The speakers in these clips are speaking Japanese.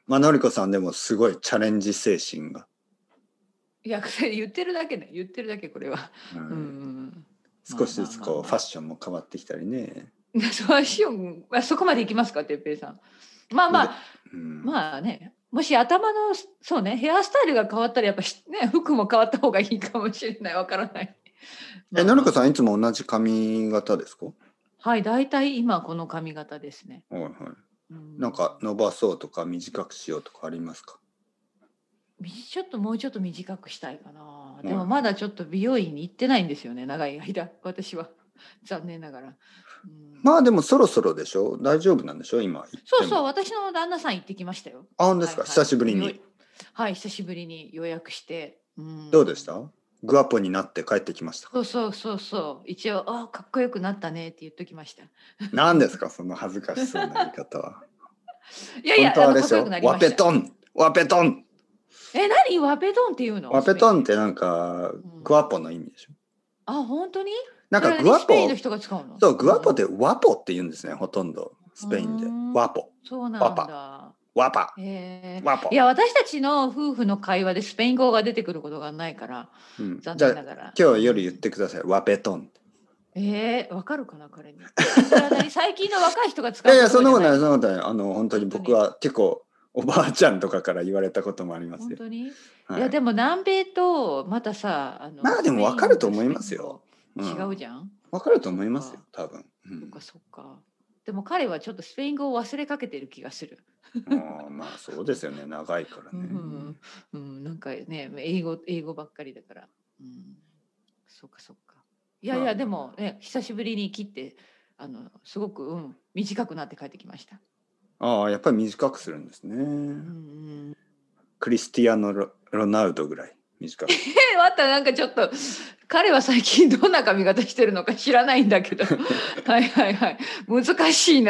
まあのりこさんでもすごいチャレンジ精神が、 いや、言ってるだけね、言ってるだけこれは。 少しずつこうファッションも変わってきたりね。 ファッションはそこまでいきますか、てっぺいさん。まあまあ、まあね、もし頭のそうね、ヘアスタイルが変わったらやっぱね、服も変わった方がいいかもしれない。わからない。 のりこさんいつも同じ髪型ですか？ はい、大体今この髪型ですね。 はいはい。なんか伸ばそうとか短くしようとかありますか？ ちょっともうちょっと短くしたいかな。でもまだちょっと美容院に行ってないんですよね、長い間私は。残念ながら。 まあでもそろそろでしょ、大丈夫なんでしょ今。 そうそう、私の旦那さん行ってきましたよ。 あ、本当ですか、久しぶりに。 はい、久しぶりに予約して。 どうでした？グアポになって帰ってきました。 そう一応かっこよくなったねって言っときました。 何ですかその恥ずかしそうな言い方は。 いやいや、 本当はあれでしょ、ワペトンワペトン。 何ワペトンっていうの？ ワペトンってなんかグアポの意味でしょ。 本当に？ なんかグアポ、 スペインの人が使うの？ そう、グアポってワポって言うんですね、ほとんどスペインで。ワポ。 そうなんだ。 ワパ。 ワポ。いや、私たちの夫婦の会話でスペイン語が出てくることがないから、残念ながら。 今日夜言ってください。ワペトン。 わかるかな彼に。それは最近の若い人が使う言葉じゃない。 いやいや、そんなことない、そんなことない。本当に僕は結構おばあちゃんとかから言われたこともありますよ。 本当に？いやでも南米とまたさ、 まあでも分かると思いますよ。 違うじゃん。 分かると思いますよ、多分。 そっか。でも彼はちょっとスペイン語を忘れかけてる気がする。 まあそうですよね、長いからね。 なんかね、英語ばっかりだから。そっか。いやいや、でもね、久しぶりに切ってすごく短くなって帰ってきました。 やっぱり短くするんですね。クリスティアーノ・ロナウドぐらい短く。 またなんかちょっと彼は最近どんな髪型してるのか知らないんだけどはい難しい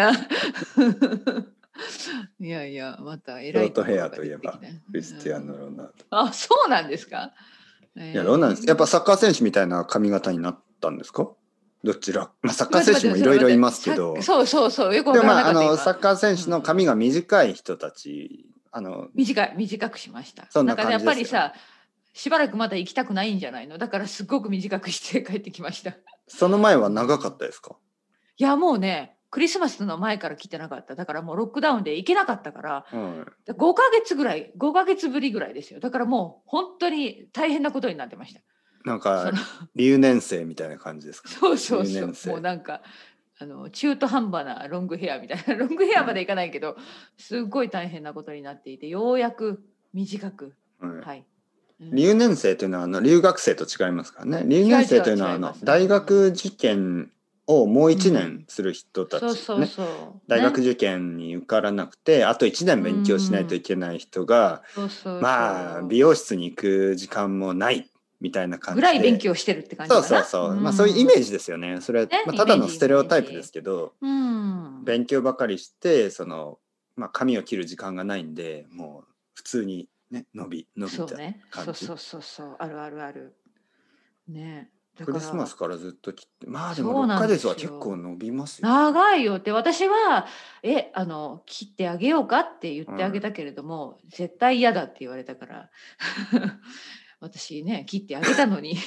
ないやまた偉いショートヘアといえばクリスティアーノ・ロナウド。そうなんですか？ いや、どうなんですか？やっぱサッカー選手みたいな髪型になったんですか？どちら？まあサッカー選手もいろいろいますけど。 そうよくわからなかった。 でもサッカー選手の髪が短い人たち、 短くしました。なんかやっぱりさ、しばらくまだ行きたくないんじゃないの？だからすごく短くして帰ってきました。 その前は長かったですか？ いやもうね、クリスマスの前から来てなかった。だからもうロックダウンで行けなかったから、5ヶ月ぶりぐらいですよ。だからもう本当に大変なことになってました。 なんか留年生みたいな感じですか？ そうもうなんか中途半端なロングヘアみたいな、ロングヘアまでいかないけど、すごい大変なことになっていて、ようやく短く、 留年生というのは留学生と違いますからね。留年生というのは大学受験をもう1年する人たちね。大学受験に受からなくてあと1年勉強しないといけない人が、まあ美容室に行く時間もないみたいな感じでぐらい勉強してるって感じかな。 そう、まあそういうイメージですよね。それは、ただのステレオタイプですけど、勉強ばかりして髪を切る時間がないんで、もう普通にね伸びた感じ。 そうあるね。 クリスマスからずっと切って、まあでも6ヶ月は結構伸びますよ。 長いよって私は切ってあげようかって言ってあげたけれども、絶対嫌だって言われたから私ね切ってあげたのに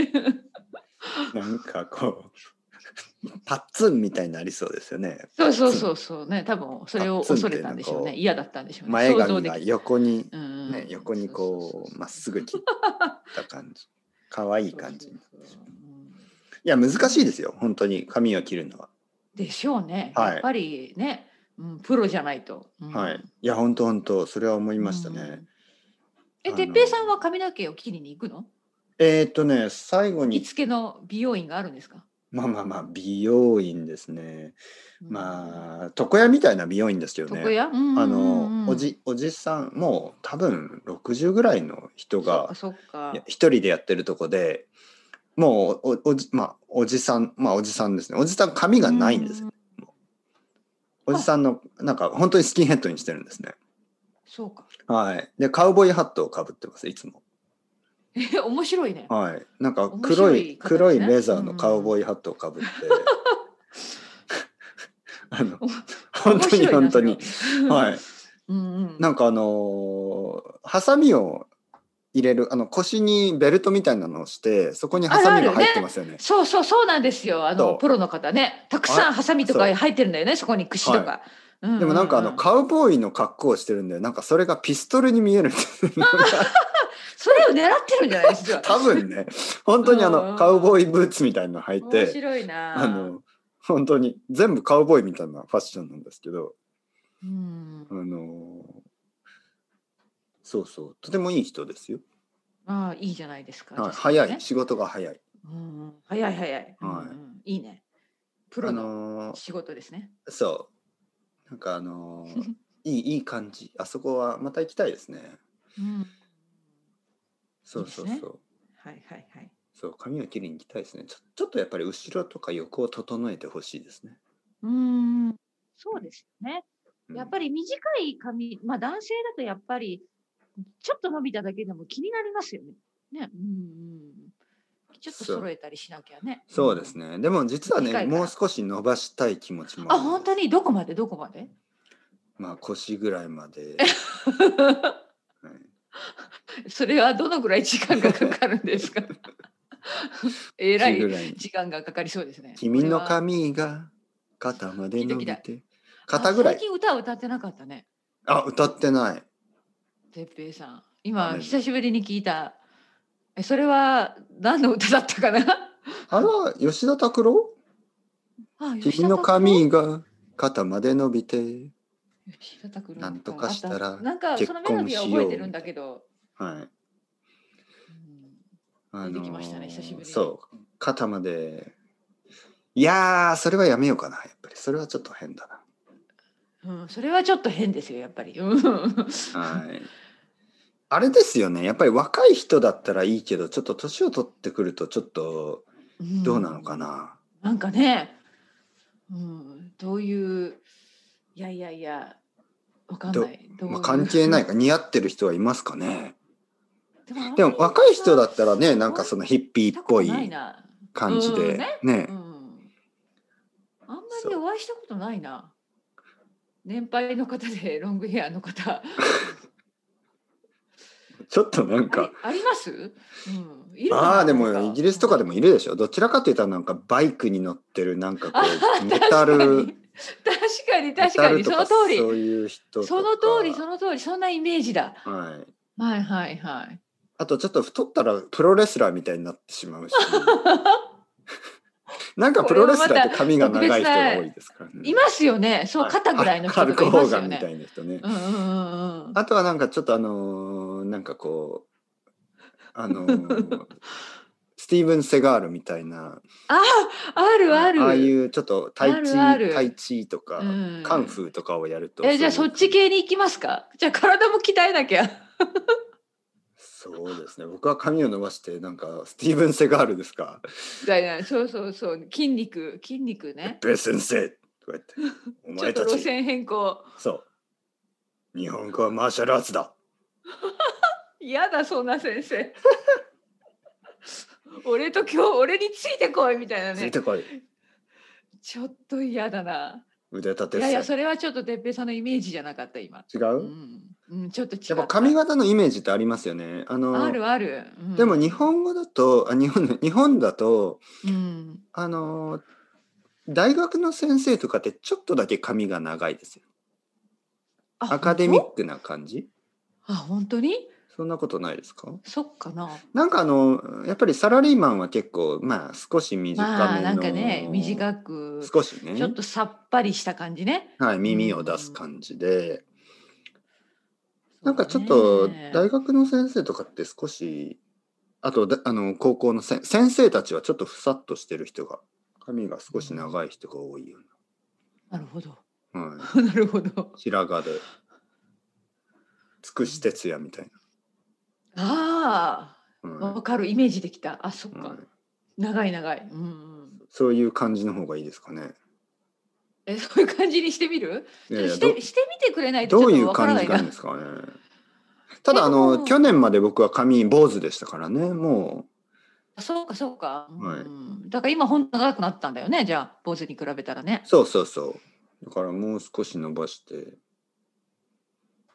なんかこうパッツンみたいになりそうですよね。 そうね、多分それを恐れたんでしょうね。嫌だったんでしょうね。 前髪が横にこうまっすぐ切った感じ、可愛い感じ。いや難しいですよ本当に髪を切るのは。でしょうね。やっぱりね、プロじゃないと。 いや本当それは思いましたね。 てっぺいさんは髪の毛を切りに行くの？ 最後に行きつけの美容院があるんですか？ まあ美容院ですね。まあ床屋みたいな美容院ですよね。 床屋？ おじさんもう多分60ぐらいの人が一人でやってるとこで、もうおじさんですね。おじさん髪がないんですよ。おじさんのなんか本当にスキンヘッドにしてるんですね。 そうか。 でカウボーイハットをかぶってますいつも。 面白いね。 なんか黒いレザーのカウボーイハットをかぶって本当になんかハサミを入れる腰にベルトみたいなのをしてそこにハサミが入ってますよね。 そうなんですよ。プロの方ね、たくさんハサミとか入ってるんだよね、そこに櫛とか。 でもなんかカウボーイの格好をしてるんで、なんかそれがピストルに見えるんですよ。 それを狙ってるんじゃないですか。 多分ね、本当にカウボーイブーツみたいなの履いて、 面白いな。 本当に全部カウボーイみたいなファッションなんですけど、そうそう、とてもいい人ですよ。 ああ、いいじゃないですか。 早い、仕事が早い。 早い。いいね。プロの仕事ですね。 そう。なんかいい感じ。あそこはまた行きたいですね。そう。 はい。 そう、髪を切りに行きたいですね。ちょっとやっぱり後ろとか横を整えてほしいですね。 そうですね。やっぱり短い髪、男性だとやっぱりちょっと伸びただけでも気になりますよね。ちょっと揃えたりしなきゃね。 そうですね。でも実はね、もう少し伸ばしたい気持ちもある。本当にどこまで？ 腰ぐらいまで。 それはどのぐらい時間がかかるんですか？えらい時間がかかりそうですね。 君の髪が肩まで伸びて。肩ぐらい。 最近歌を歌ってなかったね。 歌ってない。 哲平さん。今久しぶりに聞いた。それは何の歌だったかな？ あれは吉田拓郎？君の髪が肩まで伸びて。 吉田拓郎。 なんとかしたらなんかそのメロディーは覚えてるんだけど。 はい。 出てきましたね、久しぶりに。 そう、肩まで。いやー、それはやめようかな。やっぱりそれはちょっと変だな。それはちょっと変ですよ、やっぱり。 はい。あれですよね。やっぱり若い人だったらいいけど、ちょっと年を取ってくるとちょっとどうなのかな。 なんかね、どういういやわかんない。 関係ないか、似合ってる人はいますかね。でも若い人だったらね、なんかそのヒッピーっぽい感じでね。あんまりお会いしたことないな。年配の方でロングヘアの方。 ちょっとなんかあります？ でもイギリスとかでもいるでしょ。どちらかというとなんかバイクに乗ってるなんかこうメタル。 確かにその通り。 そういう人とか。 その通りそんなイメージだ。はい。 あとちょっと太ったらプロレスラーみたいになってしまうし。なんかプロレスラーって髪が長い人が多いですからね。 いますよね。そう、肩ぐらいの人とかいますよね。ハルク・ホーガンみたいな人ね。あとはなんかちょっとなんかこうスティーブン・セガールみたいな。 ある。 ああいうちょっとタイチとかカンフーとかをやると。 じゃあそっち系に行きますか？じゃあ体も鍛えなきゃ。 そうですね。僕は髪を伸ばしてなんかスティーブン・セガールですか。 そう筋肉ね。 ベ先生とか言って。 お前たち。ちょっと路線変更。 そう。日本語はマーシャルアーツだ。 嫌だそんな先生。俺についてこいみたいなね。 ついてこい。 ちょっと嫌だな。 腕立て。 いやそれはちょっと哲平さんのイメージじゃなかった今。 違う？ ちょっと違う。 やっぱ髪型のイメージってありますよね。 ある。 でも日本だと日本だと、大学の先生とかってちょっとだけ髪が長いですよ。アカデミックな感じ？ 本当に？ そんなことないですか？ そっかな。 なんかやっぱりサラリーマンは結構少し短めの、 なんかね短く少しねちょっとさっぱりした感じね。 はい、耳を出す感じで、なんかちょっと大学の先生とかって少し、あと高校の先生たちはちょっとふさっとしてる人が、髪が少し長い人が多いような。なるほど。 はい。 なるほど。 白髪でつくし哲也みたいな。 わかる、イメージできた。そっか。長い。 そういう感じの方がいいですかね。 そういう感じにしてみる？してみてくれないとちょっとわからないな。 どういう感じなんですかね。ただ去年まで僕は髪坊主でしたからね。もう。そうか。だから今ほんと長くなったんだよね。じゃあ坊主に比べたらね。 そう。だからもう少し伸ばして。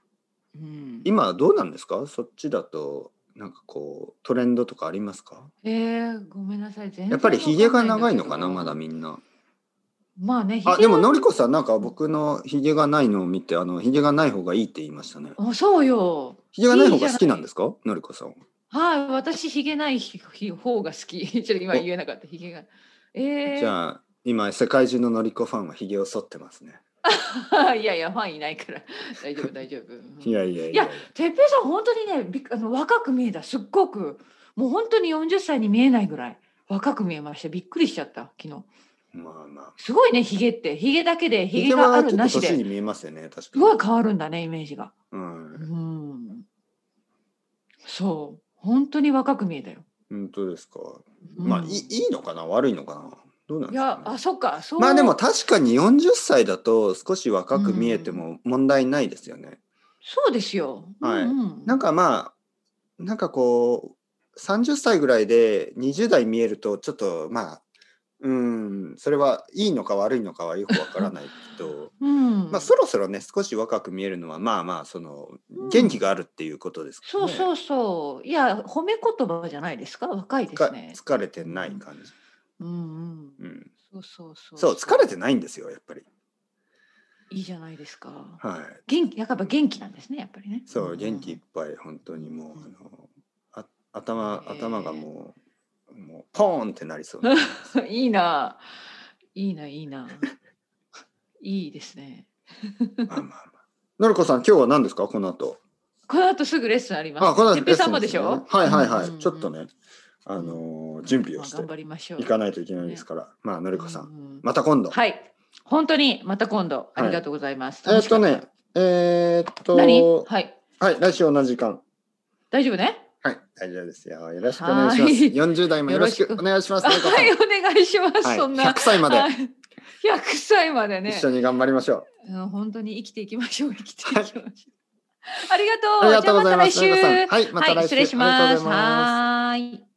うん、 今どうなんですか？そっちだとなんかこうトレンドとかありますか？ ごめんなさい、全やっぱり然わひげがかんないんだ長いのかな、 けど。 まだみんな。 まあね、ひあ、 げは、 でものりこさんなんか僕のひげがないのを見て、ひげがない方がいいって言いましたね。 そうよ。 ひげがないいい方が好きなんじゃない。 ですか、のりこさんは。 はい、私ひげない方が好き。ちょっと今お、 言えなかったひげが。 じゃあ今世界中ののりこファンはひげを剃ってますね。 いやいや、ファンいないから大丈夫大丈夫。 いやいやいや、 いやいや。 てっぺいさん本当にね、若く見えた。すっごくもう本当に40歳に見えないぐらい若く見えました。びっくりしちゃった昨日。 まあまあ。 すごいね、ひげって。ひげだけで、ひひげがあげはちょっとるなしで、 年に見えますよね、確かに。 すごい変わるんだね、イメージが。 ううん。 ん。そう。本当に若く見えたよ。 本当ですか。まあいうん。 いのかな、悪いのかな。どうなんいや、 ですかね。 そっか、 まあでもそう。 確かに40歳だと少しう若く見えてん。 も問題ないですよね。 そうですよ。うはい。 んうん。 なんかまあ、なんかこう、30歳ぐらいで20代見えるとちょっとまあ、それはいいのか悪いのかはよくわからないけど、 うまあん。 そろそろね、少し若く見えるのはまあまあ、元気がうん。 あるっていうことですからね。 そうそうそう。いや、褒め言葉じゃないですか。若いですね。 疲れてないうん。 感じ。 うんうん。 うん。 そうそうそうそう、疲れてそう。 ないんですよ、やっぱり。 いいじゃないですか。 はい。 やっぱ元気なんですね、やっぱりね。うんうそう、元気いっん。 ぱい、本当にもう、 うん頭がえもう、ポーンってなりそうな感じです。 いいな。いいな、いいな。いいですね。 まあまあまあ。のりこさん、今日は何ですか、この後。 この後すぐレッスンありますあ、こね。 の後レッてっぺいさんスンですね。 もでしょ？ はいうんうんはいはい。ちょっうん。 とね、 うん。 準備をしてまあ頑張りましょいう。 かないといけないですね。 から。まあ、のりうんうこさん、 ん。 また今度。 はい。本当にまた今度ありはい。 がとうございます。楽しかった。 えーっ何？ と、 はい。 はい、来週同じ時間。 大丈夫ね？ はい、大丈夫ですよ。よろしくお願いはします。 い。 40代もよろしくおよろしく。 願いします、 はのりこさん。 い、お願いします。 はい、 そんな。 100歳まではい。100歳までね。 一緒に頑張りましょう。 本当に生きていきましょう。生きていはい。 きましょう。ありがとう。 ありがじゃあまた来とうございます、のりこさん。 週。 はい、まはい、 た来週。 失礼しありがとうございます。 ます。 はーい。